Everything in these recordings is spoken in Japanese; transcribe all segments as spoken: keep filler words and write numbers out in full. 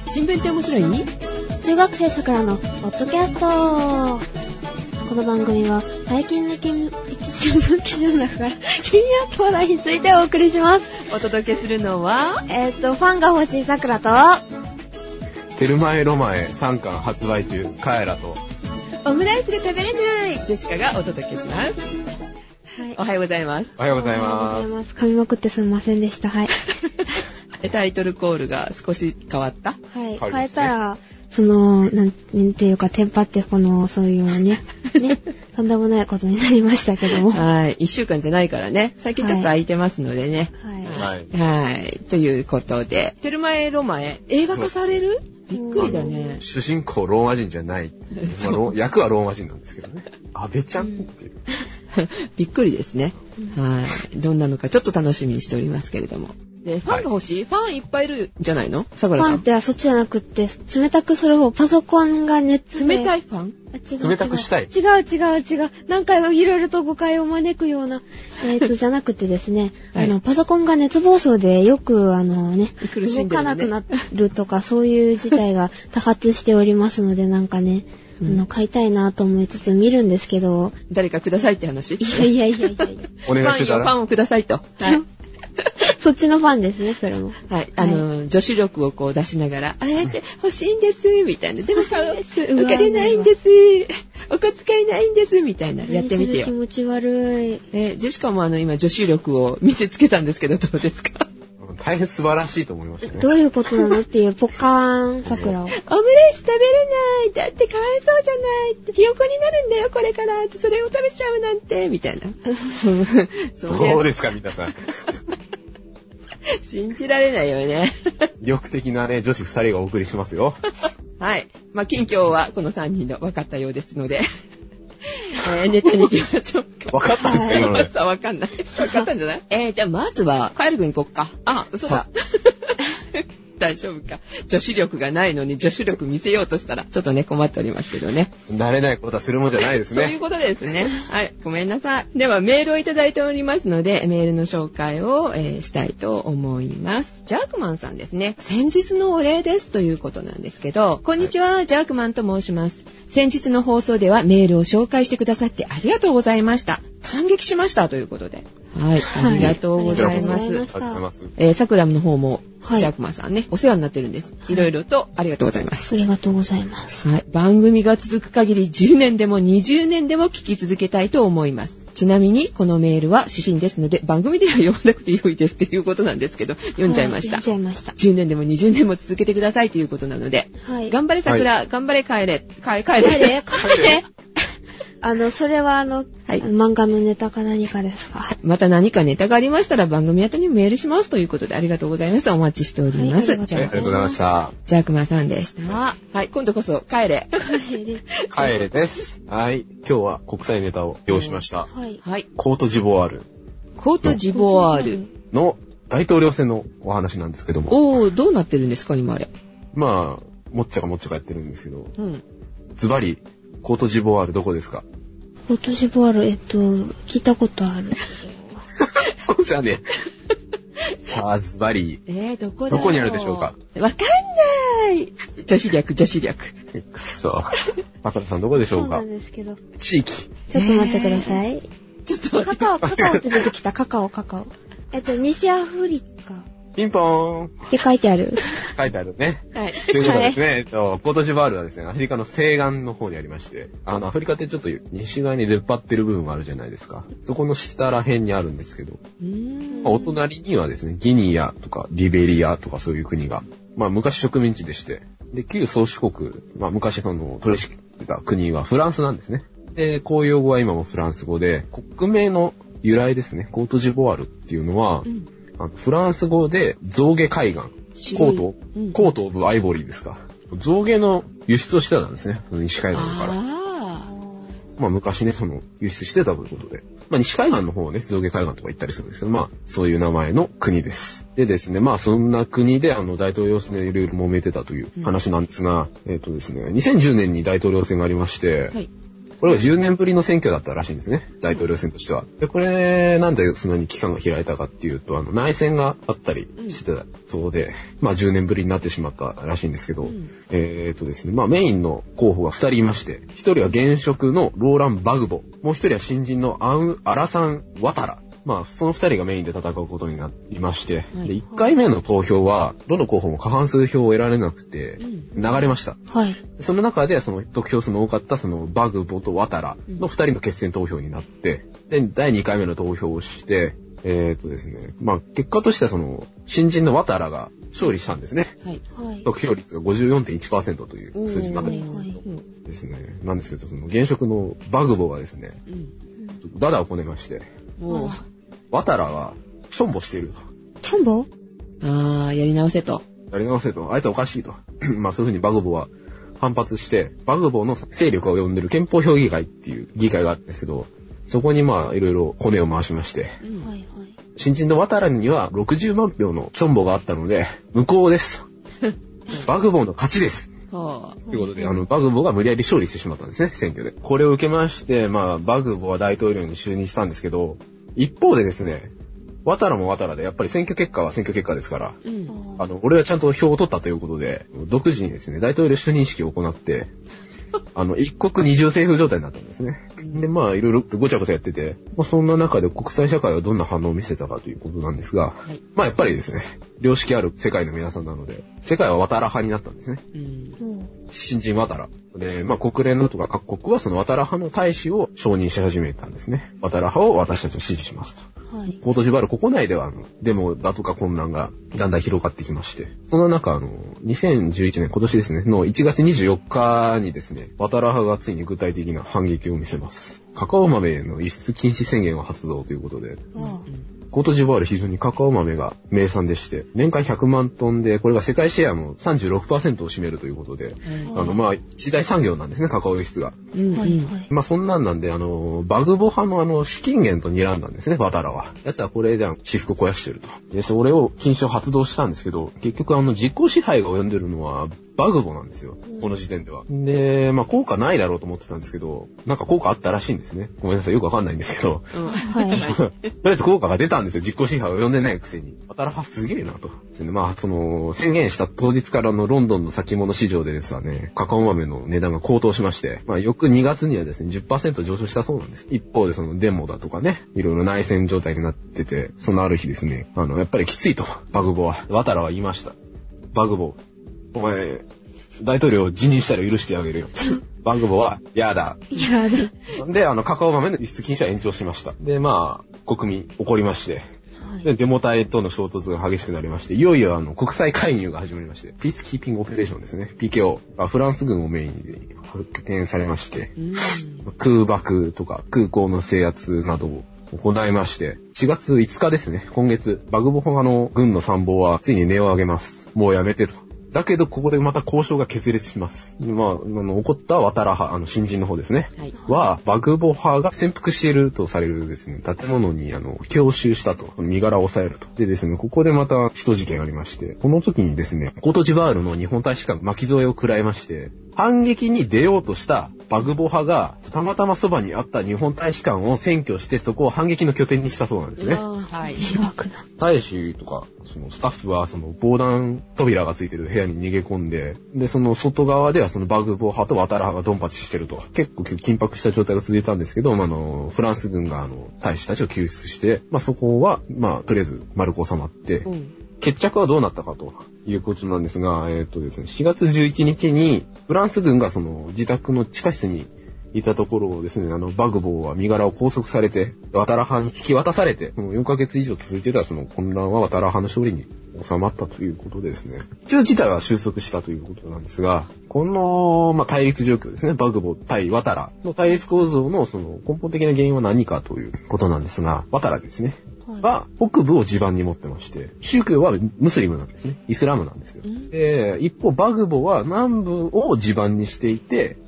新聞って面白い？ 中学生さくらのポッドキャスト。この番組は最近の新聞記事の中から気になった話題についてお送りします。 お届けするのはえっとファンが欲しいさくらとテルマエロマエさんかん発売中カエラとオムライスが食べれないジェシカがお届けします。はい、おはようございます。 おはようございおはようごまざいます。噛みまくってすみませんでした。はいタイトルコールが少し変わった？ はい、 はい変えたらそのなんていうかテンパってこのそういうのねねとんでもないことになりましたけども、 はい、いっしゅうかんじゃないからね、最近ちょっと空いてますのでね、 はいはい、 はい、ということでテルマエロマエ映画化される？びっくりだね。 主人公ローマ人じゃない、まあ、ロ役はローマ人なんですけどね。安倍ちゃんっていう、 うん、びっくりですね、うん、はい、どんなのかちょっと楽しみにしておりますけれども。で、ファンが欲しい、はい、ファンいっぱいいるんじゃないの？さくらさん。 ファンってはそっちじゃなくって、冷たくする方、パソコンが熱で。 冷たいファン？ あ、違う冷たくしたい。 違う違う違う。なんかいろいろと誤解を招くような、えっと、じゃなくてですね、はい、あの、パソコンが熱暴走でよく、あのね、 苦しんでるね、 動かなくなるとか、そういう事態が多発しておりますので、なんかね、あの、買いたいなと思いつつ見るんですけど。 誰かくださいって話？ いやいやいやいやいや。 お願いしてたら。 ファンを、ファンをくださいと。はい。 そっちのファンですね、それも。 はい。あの、はい、女子力をこう出しながら、あえて欲しいんです、みたいな。でも買う、受けれないんです。お小遣いないんです、みたいな。やってみてよ。 気持ち悪い。 えー、ジェシカもあの、今、女子力を見せつけたんですけど、どうですか？ 大変素晴らしいと思いましたね。 どういうことなのっていうポカーン桜を。オムライス食べれないだってかわいそうじゃないってひよこになるんだよこれからってそれを食べちゃうなんてみたいな。 どうですか皆さん。 信じられないよね。 魅力的なね女子ふたりがお送りしますよ。 はい。まあ近況はこのさんにんの分かったようですので。えー、ネタに行きましょうか。 分かったんですか今ので。 さあ分かんない。分かったんじゃない？えー、じゃあまずはカエル君行こっか。あ、嘘だ。大丈夫か。女子力がないのに女子力見せようとしたらちょっとね困っておりますけどね。 慣れないことはするもんじゃないですね。 そういうことですね。はい、ごめんなさい。ではメールをいただいておりますのでメールの紹介を、えー、したいと思います。ジャークマンさんですね。先日のお礼ですということなんですけど、こんにちは、ジャークマンと申します。先日の放送ではメールを紹介してくださってありがとうございました。感激しましたということで。はい、ありがとうございます。 ありがとうございます。 えー、さくらの方も、 はい、 ジャークマンさんね、お世話になってるんです。いろいろとありがとうございます。 ありがとうございます。 はい、番組が続く限りじゅうねんでもにじゅうねんでも聞き続けたいと思います。ちなみにこのメールは指針ですので番組では読まなくてよいですっていうことなんですけど読んじゃいました。 はい、読んじゃいました。 じゅうねんでもにじゅうねんも続けてくださいということなので、はい、頑張れ桜、はい、頑張れ帰れ帰れ帰れ帰れ帰れあのそれはあの、はい、漫画のネタか何かですか？ また何かネタがありましたら番組宛てにメールしますということでありがとうございます。お待ちしております。 はい、ありがとうございました。 ジャークマンさんでした。はい、今度こそ帰れ帰れ帰れです。はい、今日は国際ネタを用意しました。 はい、 はい、 コートジボワールコートジボワールの大統領選のお話なんですけども。 おー、どうなってるんですか今あれ。 まあもっちゃかもっちゃかやってるんですけど、 うん、 ズバリコートジボワールどこですか？ コートジボワール、えっと、聞いたことある。 そうじゃねえ。さあ、ズバリ。 えー、どこだろう？ どこにあるでしょうか？ わかんない。女子力、女子力。 くそ。パカタさんどこでしょうか？ そうなんですけど。 地域。 ちょっと待ってください。 ちょっと待って。 カカオ、カカオって出てきた。カカオ、カカオ。えっと、西アフリカ。 ピンポーンって書いてある。 書いてあるね。 はい。 ということはですね、はい、えっと、コートジボワールはですね、アフリカの西岸の方にありまして、あの、アフリカってちょっと西側に出っ張ってる部分があるじゃないですか。そこの下ら辺にあるんですけど、 うーん、 まあ、お隣にはですね、ギニアとかリベリアとかそういう国が、まあ昔植民地でして、で、旧宗主国、まあ昔その取り仕切ってた国はフランスなんですね。で、公用語は今もフランス語で、国名の由来ですね、コートジボワールっていうのは、うん、あのフランス語で象牙海岸、コート、うん、コートオブアイボリーですか。象牙の輸出をしてたんですね、西海岸から。あまあ昔ね、その輸出してたということで。まあ西海岸の方をね、象牙海岸とか行ったりするんですけど、まあそういう名前の国です。でですね、まあそんな国であの大統領選でいろいろ揉めてたという話なんですが、うん、えっとですね、にせんじゅうねんに大統領選がありまして、はい、 これがじゅうねんぶりの選挙だったらしいんですね。大統領選としては。で、これ、なんでそんなに期間が開いたかっていうと、あの、内戦があったりしてたそうで、まあじゅうねんぶりになってしまったらしいんですけど、うん、えーとですね、まあメインの候補がふたりいまして、ひとりは現職のローラン・バグボ、もうひとりは新人のアウ・アラサン・ワタラ。まあ、その二人がメインで戦うことになりまして、はい、で、いっかいめの投票は、どの候補も過半数票を得られなくて、流れました。 はい。 その中で、その得票数の多かった、その、バグボとワタラの二人の決選投票になって、で、だいにかいめの投票をして、えーとですね、まあ、結果としてはその、新人のワタラが勝利したんですね。はい。得票率が ごじゅうよんてんいちパーセント という数字になってますけど、ですね、なんですけど、その、現職のバグボはですね、うん、ダダをこねまして、ワタラは、ションボしていると。 ションボああ、やり直せと。 やり直せと。あいつはおかしいと。まあそういうふうにバグボは反発して、バグボの勢力を呼んでる憲法評議会っていう議会があるんですけど、そこにまあいろいろ骨を回しまして、うんはいはい、新人のワタラにはろくじゅうまんひょうのションボがあったので、無効ですと。バグボの勝ちです。はあ、ということで、あの、バグボが無理やり勝利してしまったんですね、選挙で。これを受けまして、まあ、バグボは大統領に就任したんですけど、一方でですね、ワタラもワタラで、やっぱり選挙結果は選挙結果ですから、うん、あの、俺はちゃんと票を取ったということで、独自にですね、大統領就任式を行って、あの、一国二重政府状態になったんですね。で、まあ、いろいろごちゃごちゃやってて、まあ、そんな中で国際社会はどんな反応を見せたかということなんですが、はい、まあ、やっぱりですね、良識ある世界の皆さんなので、世界はワタラ派になったんですね。うん、新人ワタラ。で、まあ、国連のとか各国はそのワタラ派の大使を承認し始めたんですね。ワタラ派を私たちは支持しますと。はい、コートジボワール国内では、あの、デモだとか混乱がだんだん広がってきまして、その中、あの、にせんじゅういちねん、今年ですね、のいちがつにじゅうよっかにですね、ワタラ派がついに具体的な反撃を見せます。カカオ豆への輸出禁止宣言を発動ということで、うんコートジボワール非常にカカオ豆が名産でして、年間ひゃくまんトンで、これが世界シェアの さんじゅうろくパーセント を占めるということで、うん、あの、まあ、一大産業なんですね、カカオ輸出が。うん、まあ、そんなんなんで、あの、バグボ派のあの、資金源と睨んだんですね、ワタラは。奴はこれで私腹を肥やしてると。で、それを禁止を発動したんですけど、結局あの、実効支配が及んでるのは、バグボなんですよ。この時点では。で、まあ、効果ないだろうと思ってたんですけど、なんか効果あったらしいんですね。ごめんなさい、よくわかんないんですけど。うん、はい。とりあえず効果が出たんですよ。実効支配を呼んでないくせに。ワタラ派すげえなと。まあ、その、宣言した当日からのロンドンの先物市場でですわね、カカオ豆の値段が高騰しまして、まあ、翌にがつにはですね、じゅっパーセント 上昇したそうなんです。一方でそのデモだとかね、いろいろ内戦状態になってて、そのある日ですね、あの、やっぱりきついと、バグボは。ワタラは言いました。バグボ、お前、大統領を辞任したら許してあげるよ。バグボは、やだ。 やだ。 で、あの、カカオ豆の輸出禁止は延長しました。で、まあ、国民怒りまして、で、デモ隊との衝突が激しくなりまして、いよいよあの、国際介入が始まりまして、ピースキーピングオペレーションですね。ピーケーオー。フランス軍をメインに派遣されまして、空爆とか空港の制圧などを行いまして、しがついつかですね、今月、バグボ派の軍の参謀はついに音を上げます。もうやめてと。だけど、ここでまた交渉が決裂します。まあ、あの、起こったワタラ派、あの、新人の方ですね。はい。は、バグボ派が潜伏しているとされるですね、建物に、あの、強襲したと。身柄を抑えると。でですね、ここでまた人事件がありまして、この時にですね、コートジボワールの日本大使館巻き添えを食らいまして、反撃に出ようとしたバグボ派が、たまたまそばにあった日本大使館を占拠して、そこを反撃の拠点にしたそうなんですね。はい。大使とか、そのスタッフは、その防弾扉がついてる部屋に逃げ込んで、で、その外側ではそのバグボ派とワタラ派がドンパチしてると。結構緊迫した状態が続いたんですけど、まあ、あの、フランス軍があの、大使たちを救出して、まあ、そこは、まあ、とりあえず丸く収まって、うん、決着はどうなったかということなんですが、えっとですね、しがつじゅういちにちに、フランス軍がその自宅の地下室にいたところをですね、あの、バグボーは身柄を拘束されて、ワタラ派に引き渡されて、もうよんかげつ以上続いてたその混乱はワタラ派の勝利に収まったということでですね、一応事態は収束したということなんですが、この、まあ、対立状況ですね、バグボー対ワタラの対立構造のその根本的な原因は何かということなんですが、ワタラですね。は北部を地盤に持ってまして、宗教はムスリムなんですね。イスラムなんですよ。で、一方バグボは南部を地盤にしていて、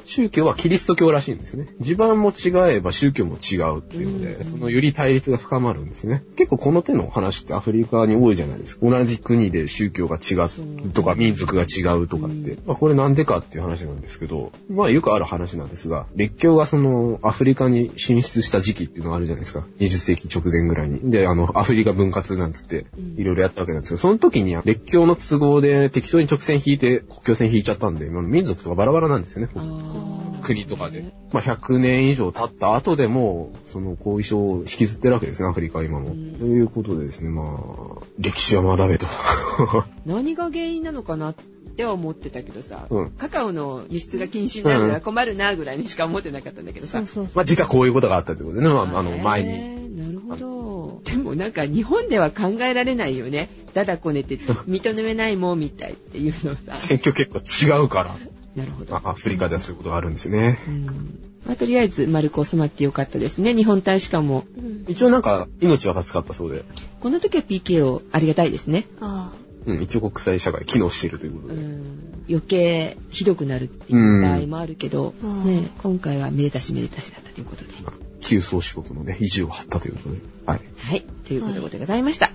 宗教はキリスト教らしいんですね。地盤も違えば宗教も違うっていうので、うん、そのより対立が深まるんですね。結構この手の話ってアフリカに多いじゃないですか。同じ国で宗教が違うとか民族が違うとかって、まあ、これなんでかっていう話なんですけど、まあよくある話なんですが、列強がそのアフリカに進出した時期っていうのがあるじゃないですか。にじゅっせいき直前ぐらいに。で、あの、アフリカ分割なんつっていろいろやったわけなんですけど、その時に列強の都合で適当に直線引いて国境線引いちゃったんで、まあ、民族とかバラバラなんですよね。国とかで。まあ、ひゃくねん以上経った後でも、その後遺症を引きずってるわけですね、アフリカは今も。ということでですね、まあ、歴史は学べと。 何が原因なのかなっては思ってたけどさ、うん、カカオの輸出が禁止になるのは困るなぐらいにしか思ってなかったんだけどさ。 そうそうそう。 まあ、実はこういうことがあったってことでね、まあ、あの、前に。 なるほど。でもなんか日本では考えられないよね。だだこねて認めないもんみたいっていうのさ。 選挙結構違うから。 なるほど。 アフリカではそういうことがあるんですね。 うんまあ、とりあえず丸く収まってよかったですね。日本大使館も。 うん、一応なんか命は助かったそうで。 この時は ピーケーオー ありがたいですね。 ああ。 うん、一応国際社会機能しているということで。 うん余計ひどくなるっていう場合もあるけど、ね、今回はめでたしめでたしだったということで。 旧宗主国のね、意地を張ったということで。はい。 はい。ということでございました。はい、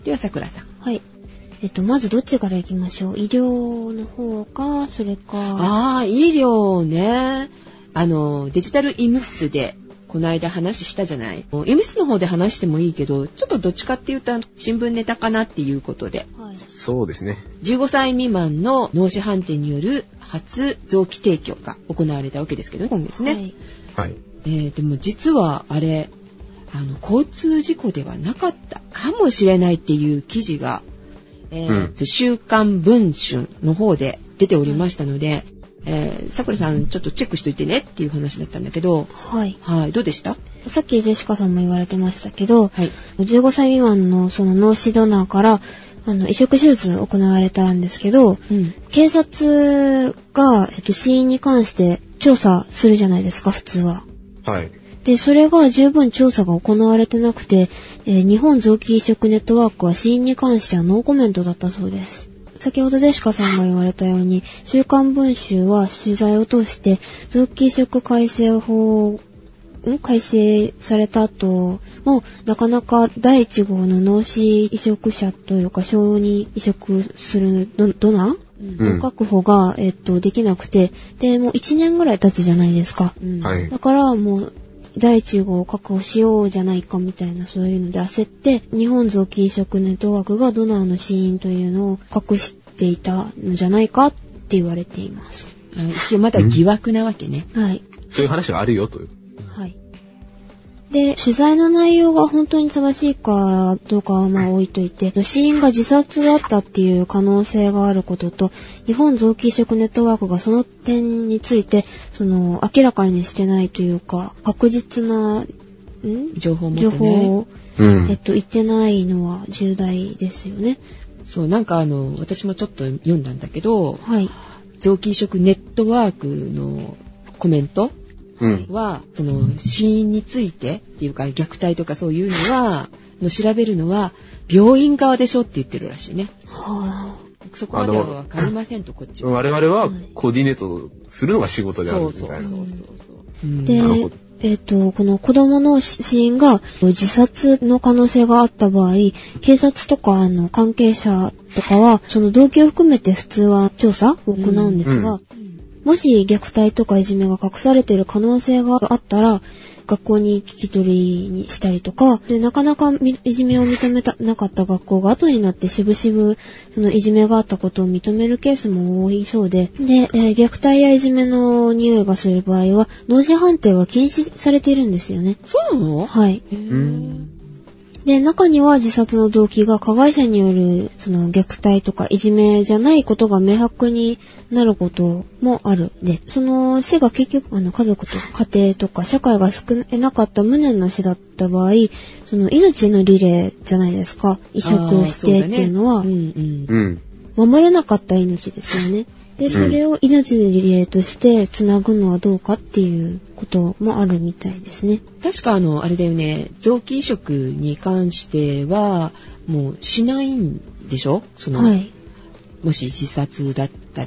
では、さくらさん。 はい。えっと、まずどっちから行きましょう。医療の方か、それか。 ああ、医療ね。あの、デジタル医務室で、この間話したじゃない。医務室の方で話してもいいけど、ちょっとどっちかっていうと、新聞ネタかなっていうことで。 はい、そうですね。 じゅうごさい未満の脳死判定による初臓器提供が行われたわけですけど、今月ね。 はい。はいえー、でも実はあれ、あの、交通事故ではなかったかもしれないっていう記事が、えーとうん、週刊文春の方で出ておりましたので、えー、さくらさんちょっとチェックしといてねっていう話だったんだけど、 はい。 はい、どうでした？ さっきジェシカさんも言われてましたけど、 はい、 じゅうごさい未満のその脳死ドナーからあの移植手術行われたんですけど、うん、警察が、えっと、死因に関して調査するじゃないですか、普通は。 はい。 で、それが十分調査が行われてなくて、えー、日本臓器移植ネットワークは死因に関してはノーコメントだったそうです。先ほどジェシカさんが言われたように、週刊文春は取材を通して臓器移植改正法ん改正された後もなかなかだいいち号の脳死移植者というか小児移植する ド, ドナーの確保が、えっと、できなくて、でもういちねんぐらい経つじゃないですか、 うん、 だからもうだいいち号を確保しようじゃないかみたいな、そういうので焦って日本臓器移植ネットワークがドナーの死因というのを隠していたのじゃないかって言われています。 一応まだ疑惑なわけね。 はい。 そういう話があるよという。 はい。で、取材の内容が本当に正しいかどうかはまあ置いといて、死因が自殺だったっていう可能性があることと、日本臓器移植ネットワークがその点について、その明らかにしてないというか、確実な、ん情報を持ってね、 情報を、 うん、 えっと、言ってないのは重大ですよね。 そう、なんかあの、私もちょっと読んだんだけど、 はい。 臓器移植ネットワークのコメントは、うん、その死因についてっていうか虐待とかそういうのはの調べるのは病院側でしょって言ってるらしいね。 はあ、 そこまではわかりませんとこっちは。 我々はコーディネートするのが仕事であるみたいな。そうそうそうそうそう。で、えっと、この子供の死因が自殺の可能性があった場合、警察とかあの関係者とかはその動機を含めて普通は調査を行うんですが、うんうん、もし虐待とかいじめが隠されている可能性があったら学校に聞き取りにしたりとかで、なかなかいじめを認めたなかった学校が後になってしぶしぶそのいじめがあったことを認めるケースも多いそうで、で、えー、虐待やいじめの匂いがする場合は脳死判定は禁止されているんですよね。 そうなの？ はい。 へー。 で、中には自殺の動機が加害者によるその虐待とかいじめじゃないことが明白になることもある。で、その死が結局あの家族とか家庭とか社会が救えなかった無念の死だった場合、その命のリレーじゃないですか。移植してっていうのは、 ねうんうん、守れなかった命ですよね。で、それを命のリレーとしてつなぐのはどうかっていうこともあるみたいですね。 確かあの、あれだよね、臓器移植に関しては、もうしないんでしょ？その、 はい、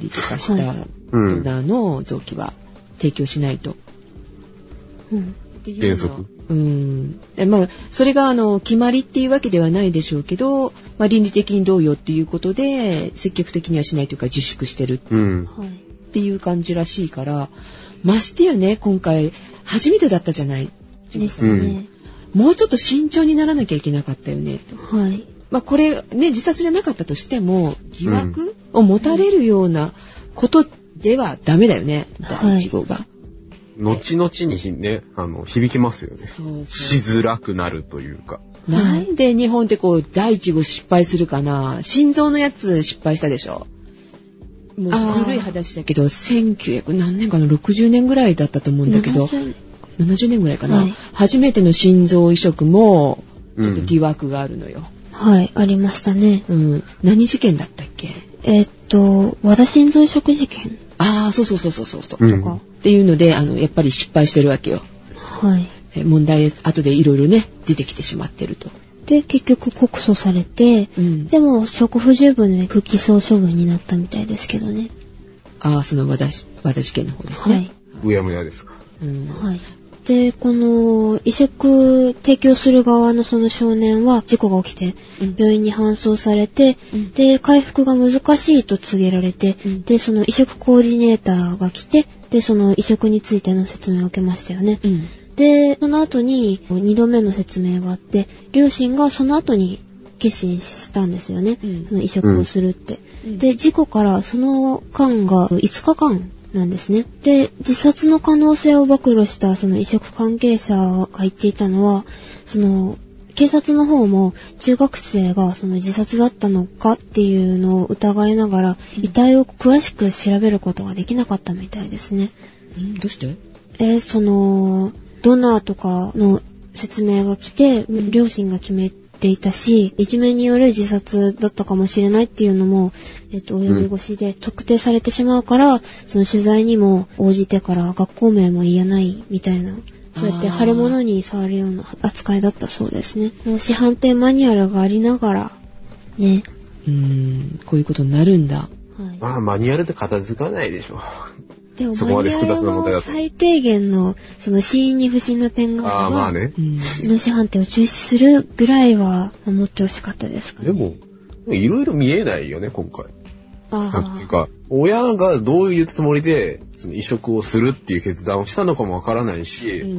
もし自殺だったりとかしたドナーの臓器は。 提供しないと。 うん。 っていうのは原則。 うん。でまあ、それがあの、決まりっていうわけではないでしょうけど、まあ、倫理的にどうよっていうことで、積極的にはしないというか自粛してるうん。 はい。 っていう感じらしいから、ましてやね、今回、初めてだったじゃない。 ですね。 もうちょっと慎重にならなきゃいけなかったよね、と。 はい。 まあ、これね、自殺じゃなかったとしても、疑惑を持たれるようなことではダメだよね、第一号が。 後々にね、あの、響きますよね。 そうそうしづらくなるというか。 なんで日本ってこう、第一号失敗するかな。心臓のやつ失敗したでしょ。もう古い話だけど、せんきゅうひゃく何年かのろくじゅうねんぐらいだったと思うんだけど、ななじゅうねんぐらいかな。はい、初めての心臓移植も、ちょっと疑惑があるのよ。 うん、はい、ありましたね。 うん。何事件だったっけ？ えー、っと、和田心臓移植事件。 ああ、そうそうそうそうそう。 うん、 とか。っていうので、あの、やっぱり失敗してるわけよ。 はい。 え問題、後でいろいろね、出てきてしまってると。 で、結局告訴されて、うん、でも、証拠不十分で不起訴処分になったみたいですけどね。 ああ、その和田、和田事件の方ですね。はい。 うやむやですか。 うん。はい。で、この移植提供する側のその少年は事故が起きて病院に搬送されて、うん、で、回復が難しいと告げられて、うん、で、その移植コーディネーターが来て、で、その移植についての説明を受けましたよね。うん、で、その後ににどめの説明があって、両親がその後に決心したんですよね。うん、その移植をするって。うん、で、事故からその間がいつかかんなんですね。で、自殺の可能性を暴露したその移植関係者が言っていたのは、その警察の方も中学生がその自殺だったのかっていうのを疑いながら、遺体を詳しく調べることができなかったみたいですね。 んどうして？ えー、そのドナーとかの説明が来て、両親が決めていたし、いじめによる自殺だったかもしれないっていうのも、えっと、及び腰で特定されてしまうから、うん、その取材にも応じてから学校名も言えないみたいな、そうやって腫れ物に触るような扱いだったそうですね。もう市販店マニュアルがありながら、ね。 うーん、こういうことになるんだ。はい、 まあ、マニュアルで片付かないでしょ。 でも、マニュアルの最低限の、その死因に不審な点があれば、 あまあね。 脳死判定を中止するぐらいは守ってほしかったですかね。 でも、いろいろ見えないよね、今回。 ああ。 なんていうか、親がどういうつもりで、その移植をするっていう決断をしたのかもわからないし、うん、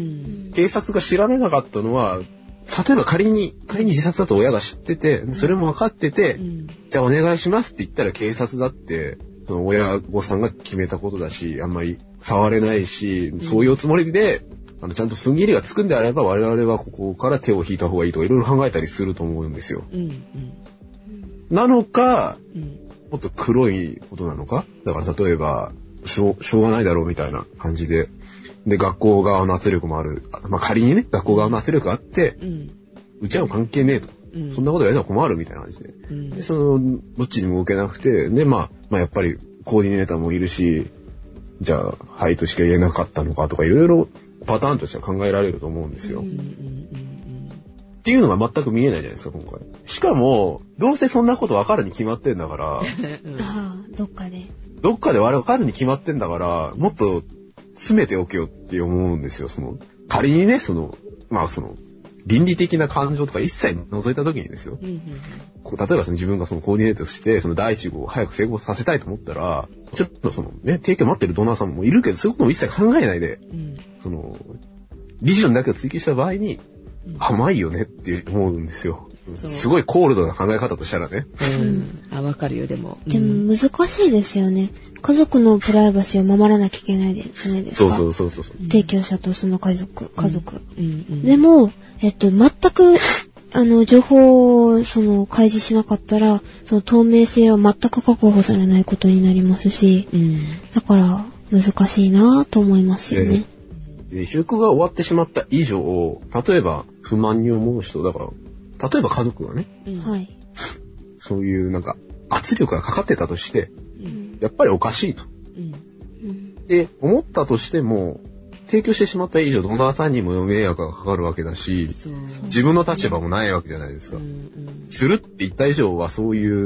警察が調べなかったのは、例えば仮に、仮に自殺だと親が知ってて、それも分かってて、うん、じゃあお願いしますって言ったら警察だって、その親御さんが決めたことだし、あんまり触れないし、うん、そういうつもりで、あのちゃんと踏ん切りがつくんであれば、我々はここから手を引いた方がいいとかいろいろ考えたりすると思うんですよ。うんうん、なのか、うん、もっと黒いことなのか？だから例えばしょう、しょうがないだろうみたいな感じで、で学校側の圧力もある。まあ仮にね、学校側の圧力があって、うん、うちは関係ねえと。うん、そんなことやるのは困るみたいな感じで。うん、で、その、どっちにも動けなくて、で、まあ、まあやっぱりコーディネーターもいるし、じゃあ、はいとしか言えなかったのかとか、いろいろパターンとしては考えられると思うんですよ。うんうんうんうん、っていうのが全く見えないじゃないですか、今回。しかも、どうせそんなこと分かるに決まってんだから、 うん、ああ、どっかで。 どっかで分かるに決まってんだから、もっと詰めておけよって思うんですよ、その、仮にね、その、まあその、倫理的な感情とか一切除いた時にですよ。うんうんうん、こう例えばその自分がそのコーディネートして、その第一号を早く成功させたいと思ったら、ちょっとそのね、提供待ってるドナーさんもいるけど、そういうことも一切考えないで、うん、その、ビジョンだけを追求した場合に、うん、甘いよねって思うんですよ。すごいコールドな考え方としたらね。 うん。あ、わかるよ、でも。 でも難しいですよね。家族のプライバシーを守らなきゃいけないじゃないですか。 そうそうそうそう。 提供者とその家族、家族。うんうんうん、でも、えっと、全く、あの、情報を、その、開示しなかったら、その透明性は全く確保されないことになりますし、うん、だから、難しいなと思いますよね。 移植が終わってしまった以上、例えば、不満に思う人、だから、例えば家族がね、うん、そういうなんか圧力がかかってたとして、うん、やっぱりおかしいと、うん、で思ったとしても提供してしまった以上ドナーさんにも迷惑がかかるわけだし、自分の立場もないわけじゃないですか、うんうん、するって言った以上はそういう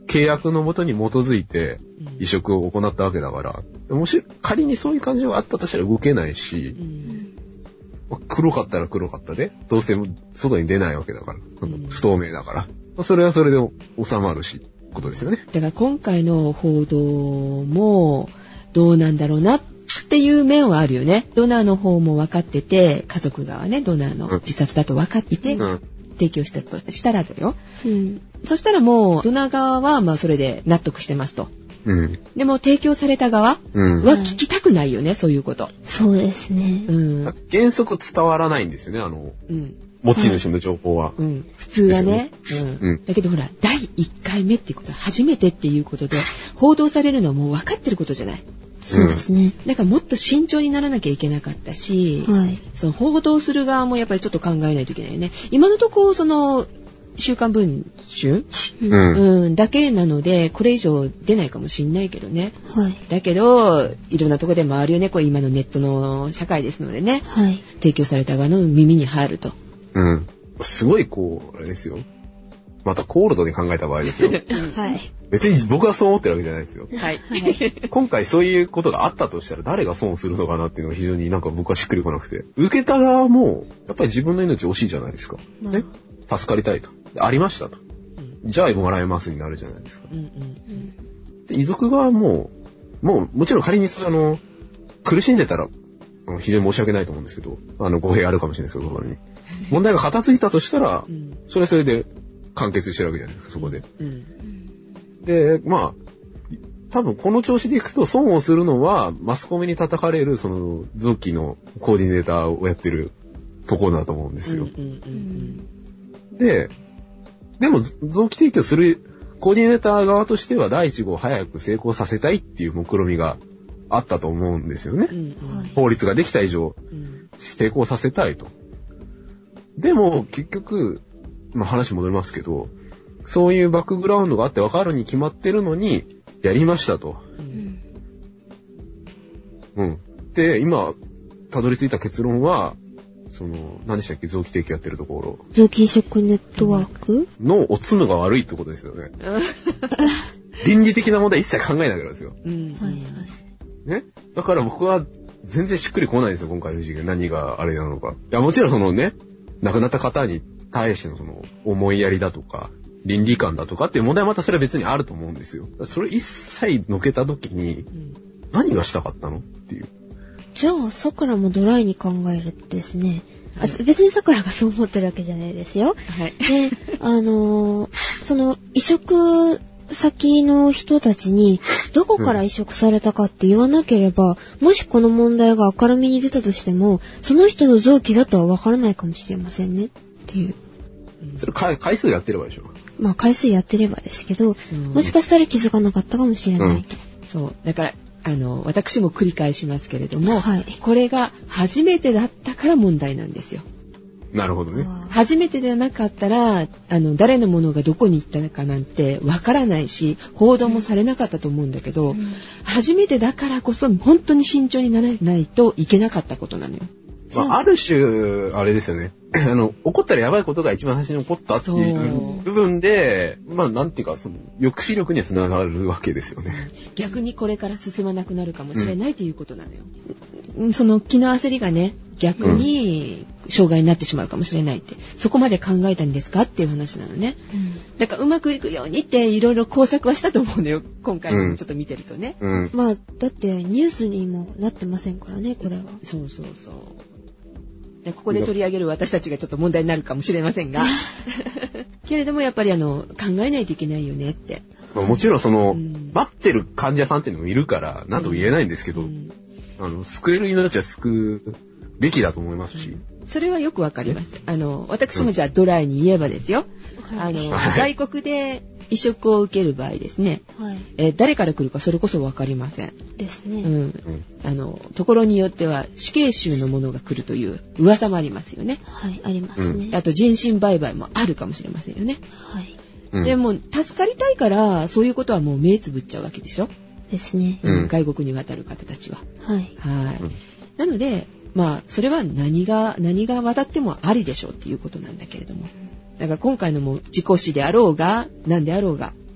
契約のもとに基づいて移植を行ったわけだから、もし仮にそういう感情があったとしたら動けないし、うん、黒かったら黒かったで、どうせ外に出ないわけだから、うん、不透明だから、それはそれで収まるし、ことですよね。 だから今回の報道もどうなんだろうなっていう面はあるよね。ドナーの方も分かってて、家族側ね、ドナーの自殺だと分かっていて、うん、提供したとしたらだよ。うん、そしたらもうドナー側はまあそれで納得してますと。うん、でも提供された側は聞きたくないよね、うん、そういうこと。 そうですね。 うん、原則伝わらないんですよね、あの、うん、持ち主の情報は。 うん、普通はね、うんうん。だけどほら、だいいっかいめっていうことは初めてっていうことで、報道されるのはもう分かってることじゃない。 そうですね。 だからもっと慎重にならなきゃいけなかったし、はい、その報道する側もやっぱりちょっと考えないといけないよね。今のところその週刊文春、うんうん、だけなのでこれ以上出ないかもしんないけどね。はい、だけどいろんなところで回るよね。こう今のネットの社会ですのでね。はい、提供された側の耳に入ると。 うん。すごいこうあれですよ。またコールドに考えた場合ですよ。はい。別に僕はそう思ってるわけじゃないですよ。はい。今回そういうことがあったとしたら誰が損するのかなっていうのが非常になんか僕はしっくりこなくて。受けた側もやっぱり自分の命惜しいじゃないですか。まあ、ね。助かりたいと。ありましたと。うん、じゃあもらえますになるじゃないですか。うんうんうん、で遺族側も、もうもちろん仮にあの、苦しんでたら非常に申し訳ないと思うんですけど、あの語弊あるかもしれないですけど、そこに。問題が片付いたとしたら、うん、それはそれで完結してるわけじゃないですか、そこで。うん、で、まあ、多分この調子でいくと損をするのは、マスコミに叩かれる、その、臓器のコーディネーターをやってるところだと思うんですよ。うんうんうん、で、でも、臓器提供するコーディネーター側としては、第一号を早く成功させたいっていう目論みがあったと思うんですよね。うんうん、法律ができた以上、うん、成功させたいと。でも、結局、まあ話戻りますけど、そういうバックグラウンドがあって分かるに決まってるのに、やりましたと。うん。うん。で、今、たどり着いた結論は、その、何でしたっけ、臓器提供やってるところ。 臓器移植ネットワークのおつむが悪いってことですよね。倫理的な問題一切考えないからですよ。うん。はいはい。ね。だから僕は全然しっくりこないですよ、今回の事件。何があれなのか。いや、もちろんそのね、亡くなった方に対してのその思いやりだとか倫理観だとかっていう問題はまたそれは別にあると思うんですよ。それ一切のけた時に何がしたかったのっていう。 じゃあさくらもドライに考えるとですね、はい、あ別にさくらがそう思ってるわけじゃないですよ。はい。で、あのー、その移植先の人たちにどこから移植されたかって言わなければ、うん、もしこの問題が明るみに出たとしてもその人の臓器だとは分からないかもしれませんねっていう。 それ回回数やってればでしょ。 まあ回数やってればですけど、うん、もしかしたら気づかなかったかもしれない、うん、 そうだからあの私も繰り返しますけれども、はい、これが初めてだったから問題なんですよ。 なるほどね。 初めてでなかったらあの誰のものがどこに行ったのかなんてわからないし報道もされなかったと思うんだけど、うん、初めてだからこそ本当に慎重にならないといけなかったことなのよ。 まあ、ある種あれですよね。あの起こったらやばいことが一番最初に起こったっていう部分で、まあなんていうかその抑止力にはつながるわけですよね。 逆にこれから進まなくなるかもしれない、うん、ということなのよ。その気の焦りがね逆に障害になってしまうかもしれないって、そこまで考えたんですかっていう話なのね、うん、だからうまくいくようにっていろいろ工作はしたと思うのよ今回もちょっと見てるとね、 うんうん、まあだってニュースにもなってませんからねこれは。 そうそうそうでここで取り上げる私たちがちょっと問題になるかもしれませんがけれどもやっぱりあの考えないといけないよねって。 もちろんその、うん、待ってる患者さんっていうのもいるから何とも言えないんですけど、うん、あの救える命は救うべきだと思いますし、うん、 それはよくわかります。あの私もじゃあドライに言えばですよ、うん、あの、はい、外国で移植を受ける場合ですね、はいえー、誰から来るかそれこそわかりませんですね、 うん、あのところによっては死刑囚のものが来るという噂もありますよね。 はいありますね、 うん、あと人身売買もあるかもしれませんよね。はいでも助かりたいからそういうことはもう目つぶっちゃうわけでしょ。 ですね、 うん、外国に渡る方たちははいはい、うん、なのでまあそれは何が何が渡ってもありでしょうっていうことなんだけれども、だから今回のも事故死であろうが何であろうがあ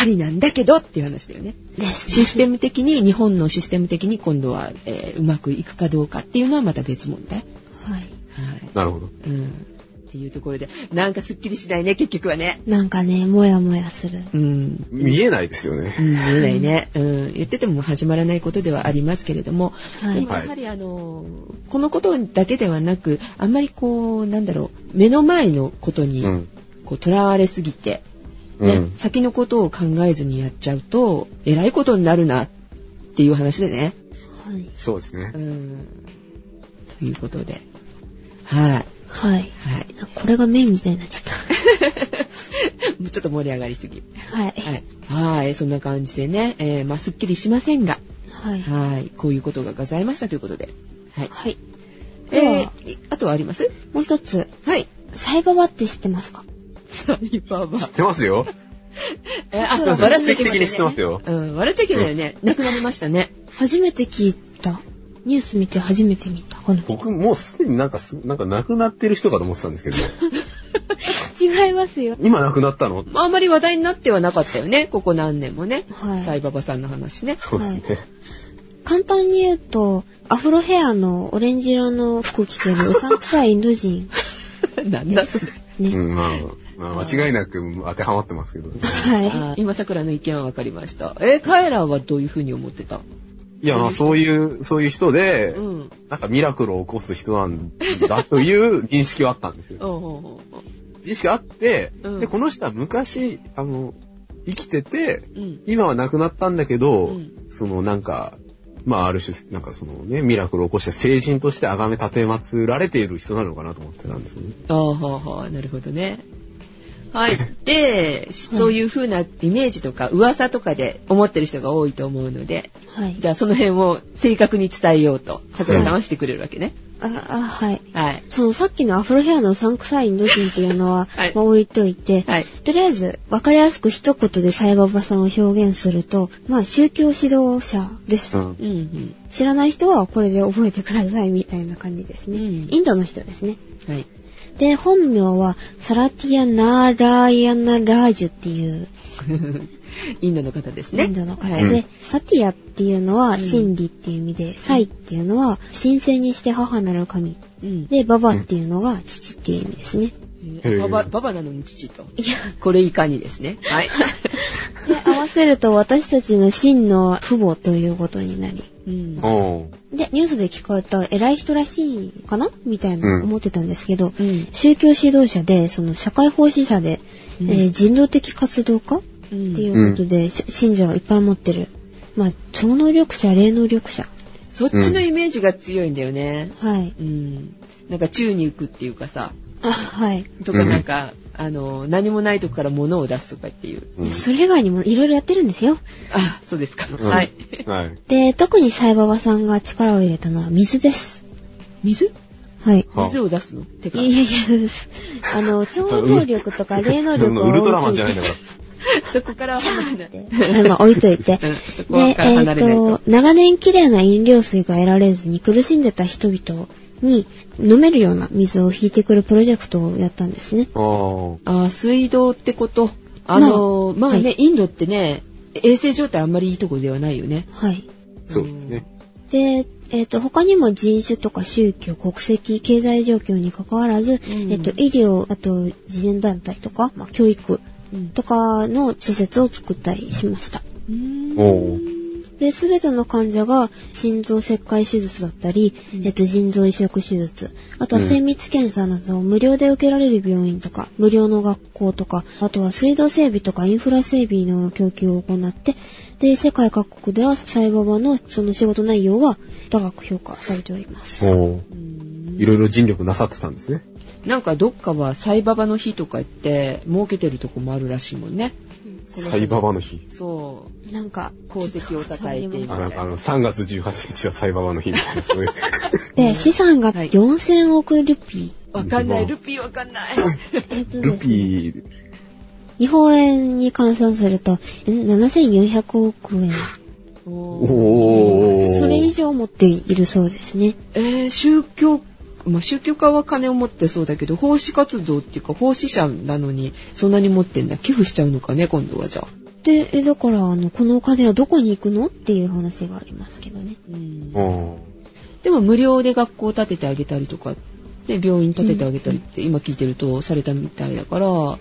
ありなんだけどっていう話だよね。システム的に、日本のシステム的に今度は、えー、うまくいくかどうかっていうのはまた別問題。はい。 はい。 なるほど。 うん。っていうところで、なんかすっきりしないね、結局はね。 なんかね、もやもやする。 うん。 見えないですよね。 うん、見えないね。うん。言ってても始まらないことではありますけれども、 はい。 でもやはりあの、このことだけではなく、あんまりこう、なんだろう、目の前のことに、こう、囚われすぎて、ね、うん、先のことを考えずにやっちゃうと、えらいことになるな、っていう話でね。 はい。 そうですね。 うん。ということで。はい。 はい。はい。これがメインみたいになっちゃった。 ちょっと盛り上がりすぎ。 はい。 はい。はい。そんな感じでね、えー、まあ、すっきりしませんが。 はい。 はい。こういうことがございましたということで。はい。 はい。 えー、あとはあります？ もう一つ。 はい。 サイババって知ってますか？ サイババ。 知ってますよ。 えー、あ、笑っちゃいけない、 ね。知ってますよ。 うん、笑っちゃいけないよね。なくなりましたね。 初めて聞いた。ニュース見て初めて見た。 僕もうすでになんかす、なんか亡くなってる人かと思ってたんですけど。 違いますよ。 今亡くなったの？ あんまり話題になってはなかったよね。ここ何年もね。 はい。 サイババさんの話ね。 そうですね。はい、 簡単に言うと、アフロヘアのオレンジ色の服着てるうさんくさいインド人。 なんだそれ。 ね。 うん、まあ、まあ、間違いなく当てはまってますけど。 はい。 今桜の意見は分かりました。えー、カエラはどういうふうに思ってた？ いや、まあそういう、そういう人で、うん、なんかミラクルを起こす人なんだという認識はあったんですよ。認識があって、うん、で、この人は昔、あの、生きてて、うん、今は亡くなったんだけど、うん、そのなんか、まあある種、なんかそのね、ミラクルを起こした聖人として崇め立て祀られている人なのかなと思ってたんですね。 ああ、はあ、はあ、なるほどね。はい。で、そういう風なイメージとか噂とかで思ってる人が多いと思うので、はい、じゃあその辺を正確に伝えようと、桜さんはしてくれるわけね。 はい、ああ、はい。 はい。 そのさっきのアフロヘアのうさんくさいインド人っていうのは、はい、まあ置いといて、はい、とりあえず分かりやすく一言でサイババさんを表現すると、まあ宗教指導者です。うんうん、知らない人はこれで覚えてくださいみたいな感じですね。うん、インドの人ですね。はい。で、本名はサラティア・ナーラーヤナ・ラージュっていうインドの方ですね。 インドの方で、うん、サティアっていうのは真理っていう意味で、うん、サイっていうのは神聖にして母なる神、うん、で、ババっていうのが父っていう意味ですね。 ババ、ババなのに父と。いや、これいかにですね。はい。 で、合わせると私たちの真の父母ということになり。うん、で、ニュースで聞こえた偉い人らしいかなみたいな思ってたんですけど、うん、宗教指導者で、その社会奉仕者で、うん、えー、人道的活動家、うん、っていうことで、信者をいっぱい持ってる。まあ、超能力者、霊能力者。 そっちのイメージが強いんだよね。 うん、はい。 うん。なんか宙に浮くっていうかさ。 あ、はい。 とかなんか、うん、あの、何もないとこから物を出すとかっていう。 うん、それ以外にもいろいろやってるんですよ。 あ、そうですか。 うん、 はい。 はい。 で、特にサイババさんが力を入れたのは水です。 水？ はい。 水を出すの？てか。 いやいやいや、あの、超能力とか霊能力を。 ウルトラマンじゃないんだから。 そこから離れない。 まあ置いといて。うん、そこから離れないと。で、えっと、長年きれいな飲料水が得られずに苦しんでた人々に飲めるような水を引いてくるプロジェクトをやったんですね。 ああ、水道ってこと。あの、まあ、まあね、はい、インドってね、衛生状態あんまりいいところではないよね。 はい。 そうですね。 で、えっと、他にも人種とか宗教、国籍、経済状況に関わらず、うん、えっと、医療、あと、慈善団体とか、まあ、教育とかの施設を作ったりしました。 うん、 おで、すべての患者が心臓切開手術だったり、うん、えっと、腎臓移植手術、あとは精密検査などを無料で受けられる病院とか、無料の学校とか、あとは水道整備とかインフラ整備の供給を行って、で、世界各国ではサイババのその仕事内容は高く評価されております。 おいろいろ尽力なさってたんですね。 なんかどっかはサイババの日とか言って儲けてるとこもあるらしいもんね。 サイババの日。 そう。 なんか功績を称えてみたいな。 あのさんがつじゅうはちにちはサイババの日みたいなそういう。 で資産がよんせんおくルピー。わかんないルピーわかんない。 えっとルピー。 日本円に換算するとななせんよんひゃくおくえん。 おー。 それ以上持っているそうですね。 えー、宗教まあ、宗教家は金を持ってそうだけど奉仕活動っていうか奉仕者なのにそんなに持ってんだ。寄付しちゃうのかね今度はじゃあ。 で、え、だから、あの、このお金はどこに行くのっていう話がありますけどね。 うん、 あでも無料で学校を建ててあげたりとか、で病院建ててあげたりって今聞いてるとされたみたいだから、 はい、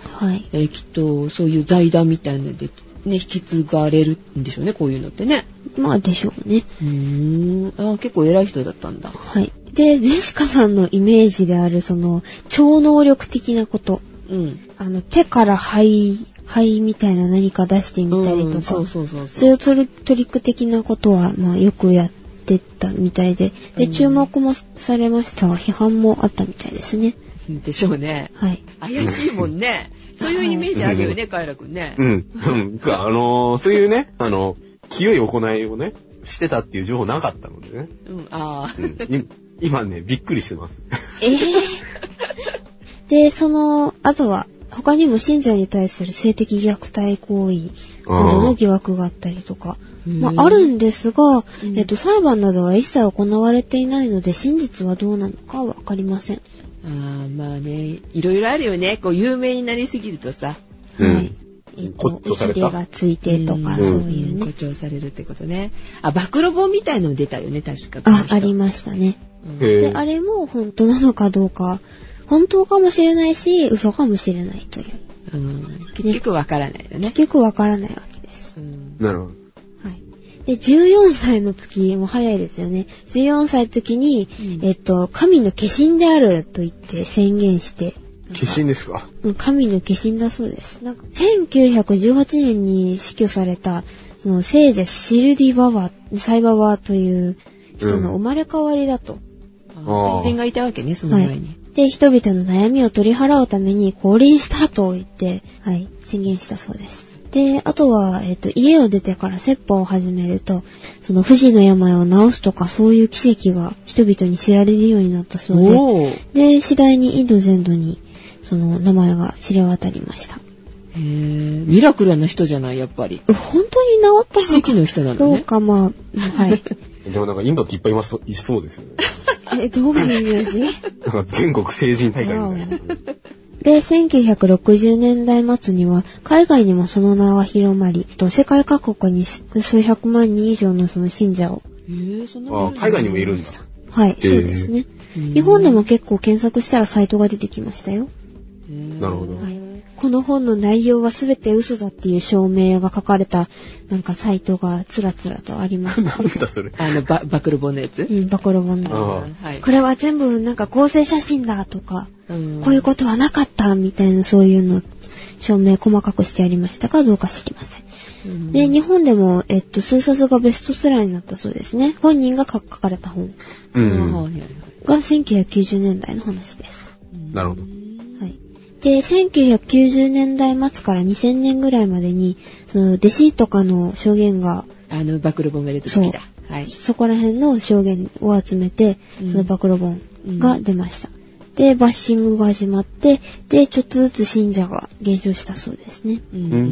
えー、きっとそういう財団みたいなので、ね、引き継がれるんでしょうね、こういうのってね。 まあでしょうね。 うーん、あ、結構偉い人だったんだ。 はい。で、ゼシカさんのイメージであるその超能力的なこと、 うん、あの手から肺肺みたいな何か出してみたりとか、うん、 そうそうそうそう、 そういうトリトリック的なことはまあよくやってたみたいで、で注目もされましたが、批判もあったみたいですね。 でしょうね。 はい。 怪しいもんね。そういうイメージあるよね、カイラくんね。 うん。うん。あのー、そういうね、あの、清い行いをね、してたっていう情報なかったのでね。 うん、ああ、 うん。今ね、びっくりしてます。 ええー。で、その、あとは、他にも信者に対する性的虐待行為などの疑惑があったりとか、まあ、あるんですが、うん、えっと、裁判などは一切行われていないので、真実はどうなのかわかりません。 ああ、まあね、いろいろあるよね。こう、有名になりすぎるとさ。 うん、 はい。えっと、おひげがついてとか、うん、そういうね。 誇張されるってことね。あ、暴露本みたいの出たよね、確か。 あ、ありましたね。うん、で、あれも本当なのかどうか、本当かもしれないし、嘘かもしれないという。 うん、結局わからないよね。 結局わからないわけです。 うん、なるほど。 はい。で、じゅうよんさいの時、もう早いですよね。じゅうよんさいの時に、うん、えっと、神の化身であると言って宣言して。 化身ですか？ 神の化身だそうです。なんか、せんきゅうひゃくじゅうはちねんに死去された、その聖者シルディババ、サイババという人の生まれ変わりだと。 うん、あ、先人がいたわけね、その前に。はい、 で、人々の悩みを取り払うために降臨したと言って、はい、宣言したそうです。で、あとは、えっと、家を出てから説法を始めると、その不治の病を治すとか、そういう奇跡が人々に知られるようになったそうで、で、次第にインド全土に、その名前が知れ渡りました。 へー、ミラクルな人じゃない、やっぱり。 本当に治った奇跡の人なのね。 どうか、まあ、はい。 でもなんかインドっていっぱいいます、いそうですよね。 え、どういうイメージ？ なんか全国成人大会みたいな。 で、せんきゅうひゃくろくじゅうねんだい末には、海外にもその名は広まり、世界各国に数百万人以上のその信者を。 へー、そんなあ、海外にもいるんだ。 はい、そうですね。日本でも結構検索したらサイトが出てきましたよ。 なるほど。 はい、この本の内容は全て嘘だっていう証明が書かれたなんかサイトがつらつらとありました。 なんだそれ。 あのば暴露本のやつ？ うん、暴露本の。はい。これは全部なんか合成写真だとか、うん、こういうことはなかったみたいなそういうの証明細かくしてありましたかどうか知りません。うん、で、日本でもえっと数冊がベストセラーになったそうですね。本人が書かれた本、 うん、 がせんきゅうひゃくきゅうじゅうねんだいの話です。 なるほど。 で、せんきゅうひゃくきゅうじゅうねんだい末からにせんねんぐらいまでに、その、弟子とかの証言が、 あの、暴露本が出た時だ。 はい。そこら辺の証言を集めて、うん、その暴露本が出ました。うん、で、バッシングが始まって、で、ちょっとずつ信者が減少したそうですね。 うんうんうん、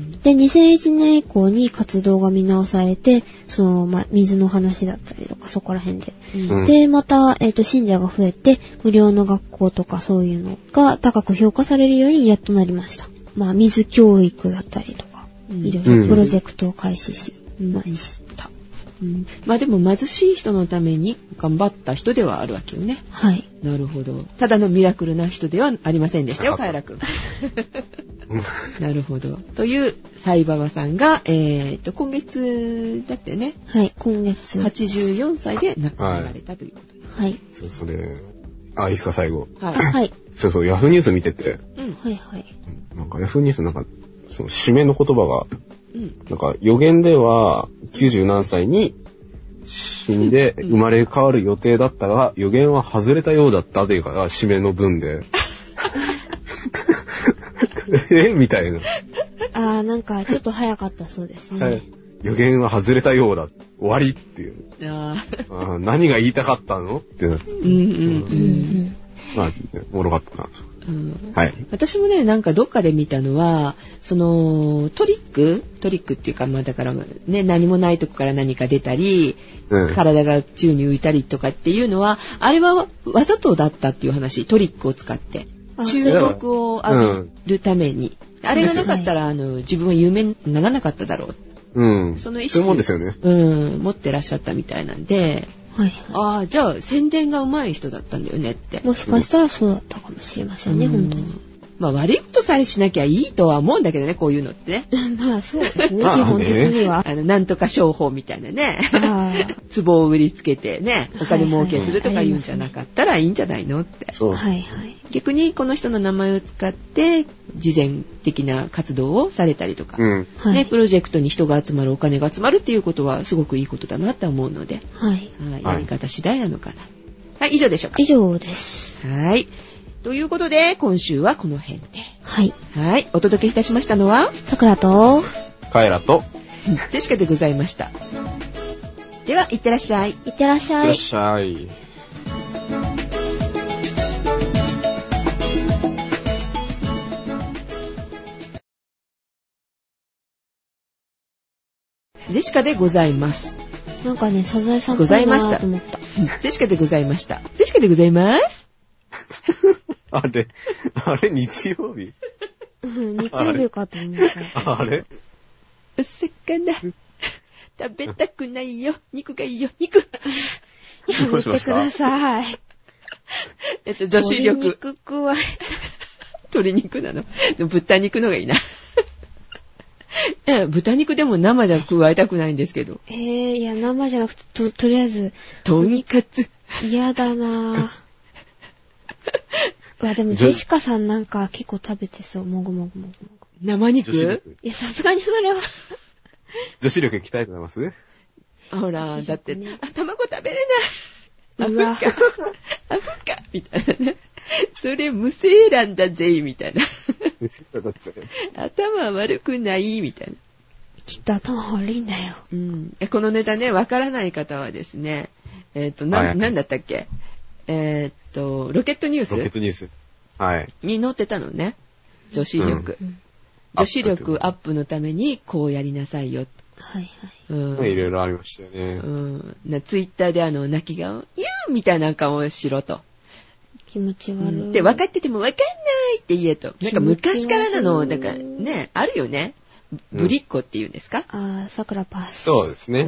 で、にせんいちねん以降に活動が見直されて、その、ま、水の話だったりとか、そこら辺で。うん、で、また、えっと、信者が増えて、無料の学校とかそういうのが高く評価されるようにやっとなりました。まあ、水教育だったりとか、いろいろプロジェクトを開始しました。 うん、まあでも貧しい人のために頑張った人ではあるわけよね。 はい。 なるほど。ただのミラクルな人ではありませんでしたよ、カエラくん。なるほど。というサイババさんが、えー、っと今月だったよね。 はい、今月はちじゅうよんさいで亡くなられたということです。 はい。 そう、それ、あ、いいですか最後。 はい。 はい。 そうそう、ヤフーニュース見てて。 うん。 はいはい。 なんかヤフーニュースなんかその締めの言葉が。 うん、 なんか予言ではきゅうじゅうなんさいに死んで生まれ変わる予定だったが、予言は外れたようだったというか、締めの文で。えみたいな。 あー、なんかちょっと早かったそうですね。はい、 予言は外れたようだ。終わりっていう。 ああ何が言いたかったのってなって。 うんうんうん。 まあ、おもろかったな。 うん、 はい。 私もね、なんかどっかで見たのは、そのトリックトリックっていうか、まあだからね、何もないとこから何か出たり、うん、体が宙に浮いたりとかっていうのは、あれはわざとだったっていう話、トリックを使って。 注目を浴びるために。あれがなかったら、あの、自分は有名にならなかっただろう。 うん。 その意識。 そういうもんですよね。 うん、持ってらっしゃったみたいなんで、 はいはい。 ああ、じゃあ宣伝が上手い人だったんだよねって。 もしかしたらそうだったかもしれませんね、本当に。まあ悪いことさえしなきゃいいとは思うんだけどね、こういうのってね。 まあそうですね、基本的には。 あの、なんとか商法みたいなね。壺を売りつけてね、お金儲けするとか言うんじゃなかったらいいんじゃないのって。 そう。 はいはい。 逆にこの人の名前を使って慈善的な活動をされたりとか、 うんね、プロジェクトに人が集まる、お金が集まるっていうことはすごくいいことだなって思うので、 はい、 はい、やり方次第なのかな。はい、以上でしょうか。 以上です。 はい。ということで、今週はこの辺で。 はい。 はい。お届けいたしましたのは、 さくらと、 カエラと、 ジェシカでございました。では、いってらっしゃい。 いってらっしゃい。 いってらっしゃい。 ジェシカでございます。 なんかね、サザエさんっぽいなと思った。 ジェシカでございました。ジェシカでございます。 あれ、あれ日曜日日曜日かと思った。 あれお魚、食べたくないよ。肉がいいよ。肉。 やめてください。 えっと、女子力。 鶏肉加えた。 鶏肉なの。豚肉のがいいな。豚肉でも生じゃ加えたくないんですけど。 えー、いや、生じゃなくて、と、とりあえず。 とんかつ。 嫌だなぁ。うわ、でも、ジェシカさんなんか結構食べてそう。もぐもぐもぐもぐ。 生肉？ いや、さすがにそれは。 女子力鍛えてますほら、だって、あ、卵食べれない。 うわ。 アフか。アフか。みたいなね。それ無精卵だぜ、みたいな。頭悪くない、みたいな。 きっと頭悪いんだよ。 うん。このネタね、わからない方はですね、えっと、な、なんだったっけ？えー、っと、ロケットニュースロケットニュース。はい。 に載ってたのね。女子力。うん、女子力アップのためにこうやりなさいよ。 はいはい。 うん。 いろいろありましたよね。 うん。なツイッターであの、泣き顔、いやーみたいな顔をしろと。 気持ち悪い。うん、 で、分かってても分かんないって言えと。なんか昔からなの、だからね、あるよね。ぶりっ子っていうんですか？ うん、あー、桜パス。 そうですね。 うん。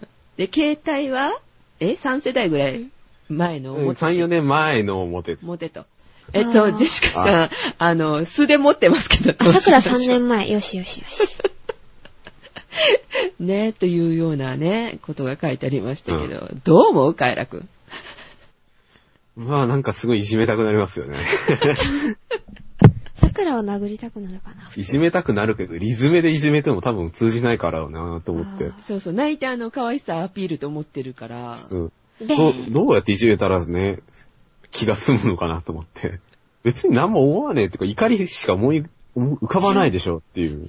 で、携帯は、え ?さん 世代ぐらい前の表。さん、よねんまえの表。 表と。えっと、ジェシカさん、あの、素で持ってますけど。 あ、桜さんねんまえ。よしよしよし。 ね、というようなね、ことが書いてありましたけど、うん、どう思う？カエラくん。 まあなんかすごいいじめたくなりますよね。 桜を殴りたくなるかな。 いじめたくなるけど、リズムでいじめても多分通じないからなと思って。 そうそう、泣いてあの可愛さアピールと思ってるから。 そうど。どうやっていじめたらね、気が済むのかなと思って。別に何も思わねえっていうか、怒りしか思い、浮かばないでしょっていう。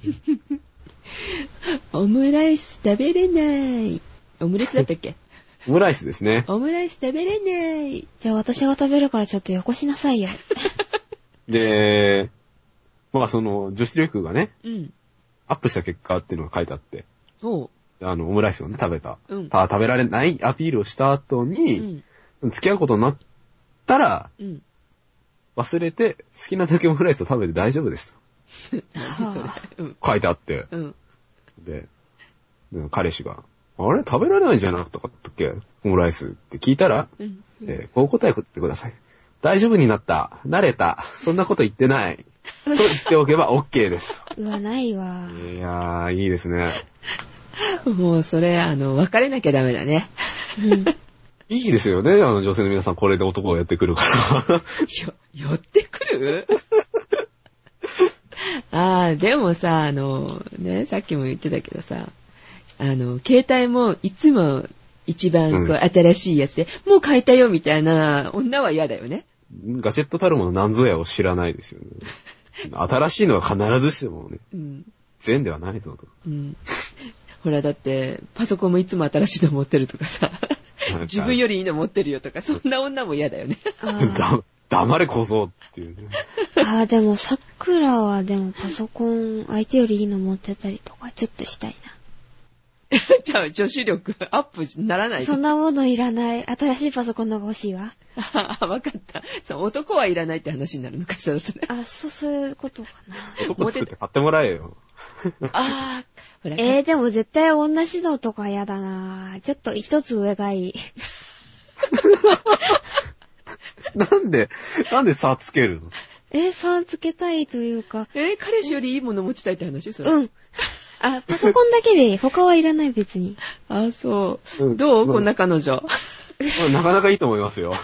オムライス食べれない。オムレツだったっけ？ オムライスですね。 オムライス食べれない。 じゃあ私が食べるからちょっとよこしなさいよ。 で、まあその女子力がね、 うん、 アップした結果っていうのが書いてあって、 おあのオムライスをね食べた、 うん、 た食べられないアピールをした後に、うん、付き合うことになったら、うん、忘れて好きなだけオムライスを食べて大丈夫ですと。 何それ、うん、 書いてあって、 うん、 で、で彼氏があれ食べられないんじゃなかったっけオムライスって聞いたら、うんうん、えー、こう答えてください。大丈夫になった。慣れた。そんなこと言ってない。と言っておけば OK です。 うわ、ないわ。 いやー、いいですね。 もうそれ、あの、別れなきゃダメだね。 うん、 いいですよね。あの、女性の皆さん、これで男をやってくるから。 よ、寄ってくるあー、でもさ、あの、ね、さっきも言ってたけどさ、あの、携帯もいつも一番こう、うん、新しいやつで、もう買いたよみたいな女は嫌だよね。 ガジェットたるもの何ぞやを知らないですよね。新しいのは必ずしてもね、うん、善ではないぞと、うん。 ほらだってパソコンもいつも新しいの持ってるとかさ、自分よりいいの持ってるよとか、そんな女も嫌だよね。 だ黙れ小僧っていうね。 ああ、でもさくらはでもパソコン相手よりいいの持ってたりとかちょっとしたいな。 じゃあ女子力アップにならないじゃん。 そんなものいらない。新しいパソコンの方が欲しいわ。 あ、わかった。そう、男はいらないって話になるのかしら、それ。 あ、そう、そういうことかな。 男作って買ってもらえよ。 あー、ほら。 えー、でも絶対女指導とか嫌だな。ちょっと一つ上がいい。 なんで、なんで差つけるの？ えー、差つけたいというか。 えー、彼氏よりいいもの持ちたいって話それ。 うん。あ、パソコンだけでいい。他はいらない別に。 あ、そう。 うん、 どう、こんな彼女。 なかなかいいと思いますよ。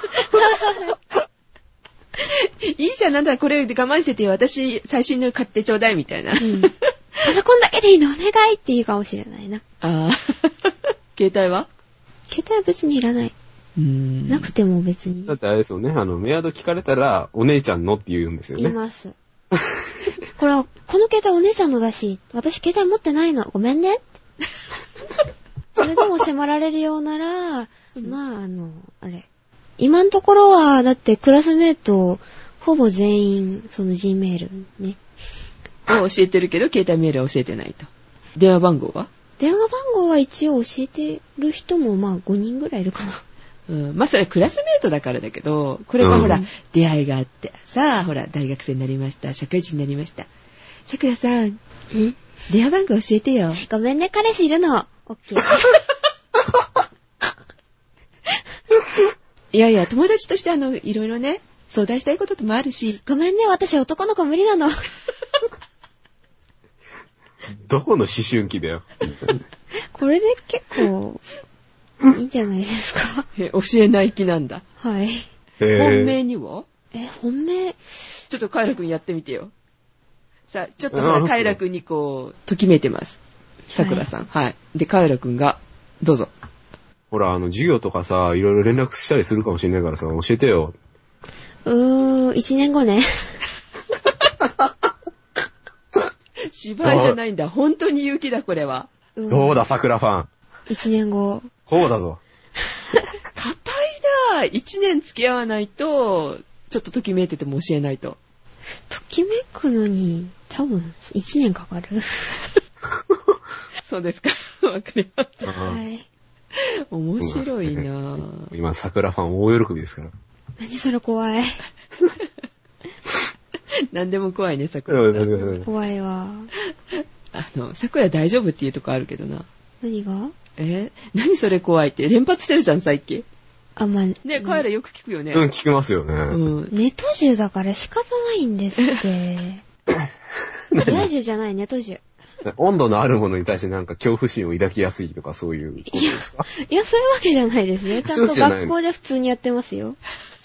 いいじゃん、なんだ、これで我慢してて、私、最新の買ってちょうだい、みたいな。 うん。パソコンだけでいいのお願いって言うかもしれないな。 ああ。携帯は携帯は別にいらない。 うーん。 なくても別に。 だってあれですよね、あの、メアド聞かれたら、お姉ちゃんのって言うんですよね。 言います。これは、この携帯お姉ちゃんのだし、私携帯持ってないの。ごめんね。それでも迫られるようなら、まあ、あの、あれ。今のところは、だってクラスメート、ほぼ全員、その Gmail ね。 を教えてるけど、携帯メールは教えてないと。電話番号は電話番号は一応教えてる人も、まあごにんぐらいいるかな。 うん。まあ、それクラスメートだからだけど、これがほら、うん、出会いがあって、さあ、ほら、大学生になりました、社会人になりました。さくらさん、ん電話番号教えてよ。 ごめんね、彼氏いるの。オッケー。 いやいや、友達としてあの、いろいろね、相談したいこともあるし。 ごめんね、私男の子無理なの。 どこの思春期だよ。 これで結構、いいんじゃないですか。 え、教えない気なんだ。 はい。 本命にはえ、本命ちょっとカイラくんやってみてよ。さあ、ちょっとほら、カイラくんにこう、ときめいてます。さくらさん。はい、はい。で、カイラくんが、どうぞ。 ほら、あの、授業とかさ、いろいろ連絡したりするかもしれないからさ、教えてよ。 うーん、一年後ね。 芝居じゃないんだ。本当に勇気だ、これは。 うん、どうだ、桜ファン。 一年後。 こうだぞ。 硬いなぁ。一年付き合わないと、ちょっとときめいてても教えないと。 ときめくのに、多分、一年かかる。 そうですか。わかります。 はい。 面白いなぁ。 今、桜ファン大喜びですから。 何それ怖い。 何でも怖いね、桜さん。 怖いわ。 あの、桜大丈夫っていうとこあるけどな。 何が？ え何それ怖いって連発してるじゃん、最近。あ、まあ、ね、カエラよく聞くよね。 うん、聞きますよね。 うん。 ネト銃だから仕方ないんですって。リア充じゃない、ネト銃。 温度のあるものに対してなんか恐怖心を抱きやすいとかそういうことですか？ いや、そういうわけじゃないですよ。ちゃんと学校で普通にやってますよ。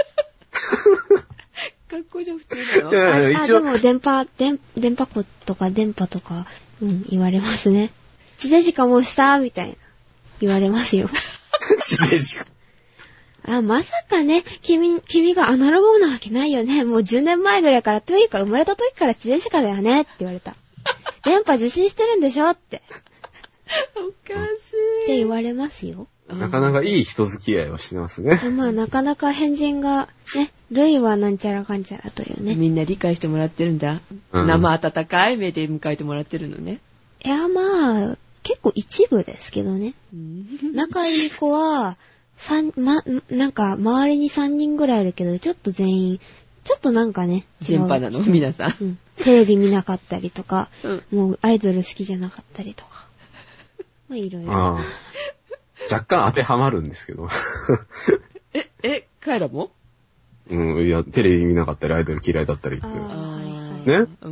学校じゃ普通なの？ いやいやあ、でも電波、電、電波子とか電波とか、うん、言われますね。地デジかもしたみたいな。言われますよ。 地デジか。 あ、まさかね、君、君がアナログなわけないよね。もうじゅうねんまえぐらいから、というか生まれた時から地デジかだよねって言われた。電波受信してるんでしょって。 おかしい。 って言われますよ。 なかなかいい人付き合いをしてますね。 まあなかなか変人が、ね、ルイはなんちゃらかんちゃらというね。 みんな理解してもらってるんだ。うん、生温かい目で迎えてもらってるのね。 いやまあ、結構一部ですけどね。うん、仲いい子は、三、ま、なんか周りにさんにんぐらいいるけど、ちょっと全員、ちょっとなんかね、 違う。電波なの皆さん、 うん。テレビ見なかったりとか、 うん、 もうアイドル好きじゃなかったりとか。まあいろいろ。 ああ若干当てはまるんですけど。 え、え、カエラも？ うん、いや、テレビ見なかったり、アイドル嫌いだったりって。ああね、 うんうん。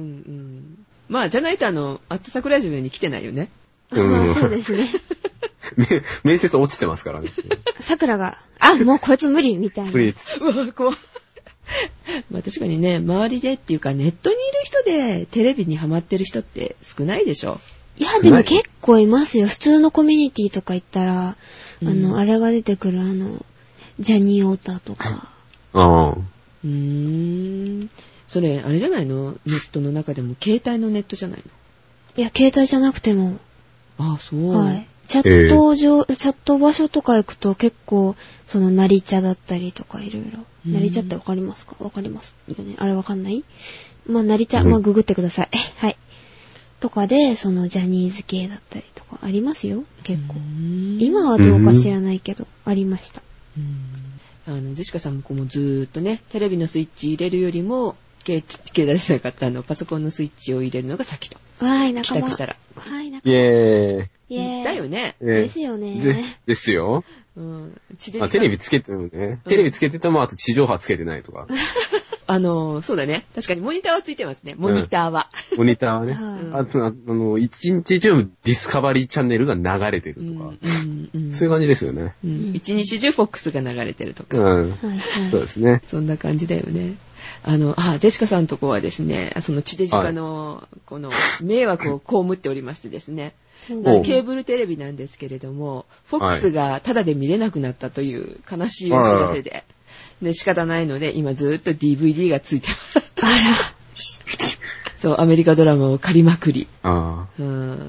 まあ、じゃないとあの、アットサクラジオに来てないよね。 うん、まあそうですね。 面接落ちてますからね。 桜が、あ、もうこいつ無理みたいな。 無理。 うわ、怖い。まあ確かにね、周りでっていうかネットにいる人でテレビにハマってる人って少ないでしょ。 いや、でも結構いますよ。普通のコミュニティとか行ったら、うん、あの、あれが出てくる、あの、ジャニーオータとか。 ああ。 うーん。それ、あれじゃないの？ネットの中でも、携帯のネットじゃないの？ いや、携帯じゃなくても。 ああ、そう。 はい。チャット上、えー、チャット場所とか行くと結構、その、なり茶だったりとかいろいろ。なり茶ってわかりますか？わかりますよね。あれわかんない？まあ、なり茶、まあ、ググってください。はい。 とかで、そのジャニーズ系だったりとかありますよ、結構。今はどうか知らないけど、ありました。 あの、ジェシカさんもこうもずーっとね、テレビのスイッチ入れるよりも、携帯じゃなかったあの、パソコンのスイッチを入れるのが先と。 わーい、仲間。 帰宅したら。 わーい、仲間。 イェーイ。 イェーイ。 だよね。 ですよね。 でですよ。 うん。 まあ、テレビつけてもね、テレビつけててもあと地上波つけてないとか。 あの、そうだね。確かにモニターはついてますね。モニターは。 うん、モニターはね。 はいあと、あの、一日中ディスカバリーチャンネルが流れてるとか。 うんうんうん、 そういう感じですよね。 うん。一日中フォックスが流れてるとか。 うん。 はいはい、 そうですね。 そんな感じだよね。あの、あ、ジェシカさんとこはですね、その地デジ化の、この、迷惑を被っておりましてですね。はい、ケーブルテレビなんですけれども、フォックスがタダで見れなくなったという悲しいお知らせで、で仕方ないので、今ずっと ディーブイディー がついてます。 あら。 そう、アメリカドラマを借りまくり。 ああ。 うん、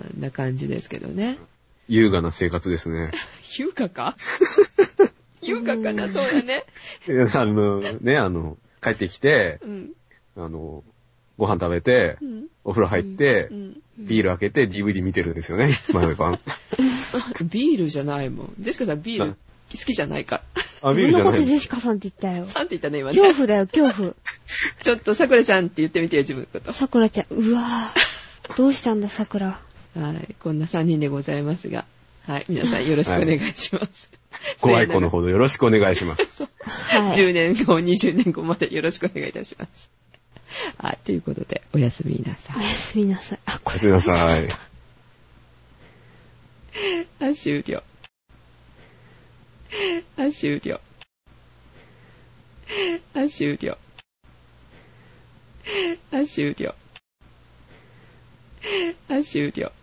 な感じですけどね。 優雅な生活ですね。 優雅か優雅かな、そうやね。 あの、ね、あの、帰ってきて、うん、あの、ご飯食べて、うん、お風呂入って、うん、ビール開けて ディーブイディー 見てるんですよね、毎晩。 ビールじゃないもん。ジェシカさんビール好きじゃないから。 あ、ビールじゃない。 そんなことジェシカさんって言ったよ。 さんって言ったね、今ね。 恐怖だよ、恐怖。 ちょっと、さくらちゃんって言ってみてよ、自分のこと。 さくらちゃん、うわぁ。どうしたんだ、さくら。 はい、こんなさんにんでございますが。はい、皆さんよろしくお願いします。 はい、ご愛顧のほどよろしくお願いします。 はい、じゅうねんご、にじゅうねんごまでよろしくお願いいたします。はい、ということで、おやすみなさい。 おやすみなさい。あ、 これ。おやすみなさい。 あ、終了。あ、終了。あ、終了。あ、終了。あ、終了。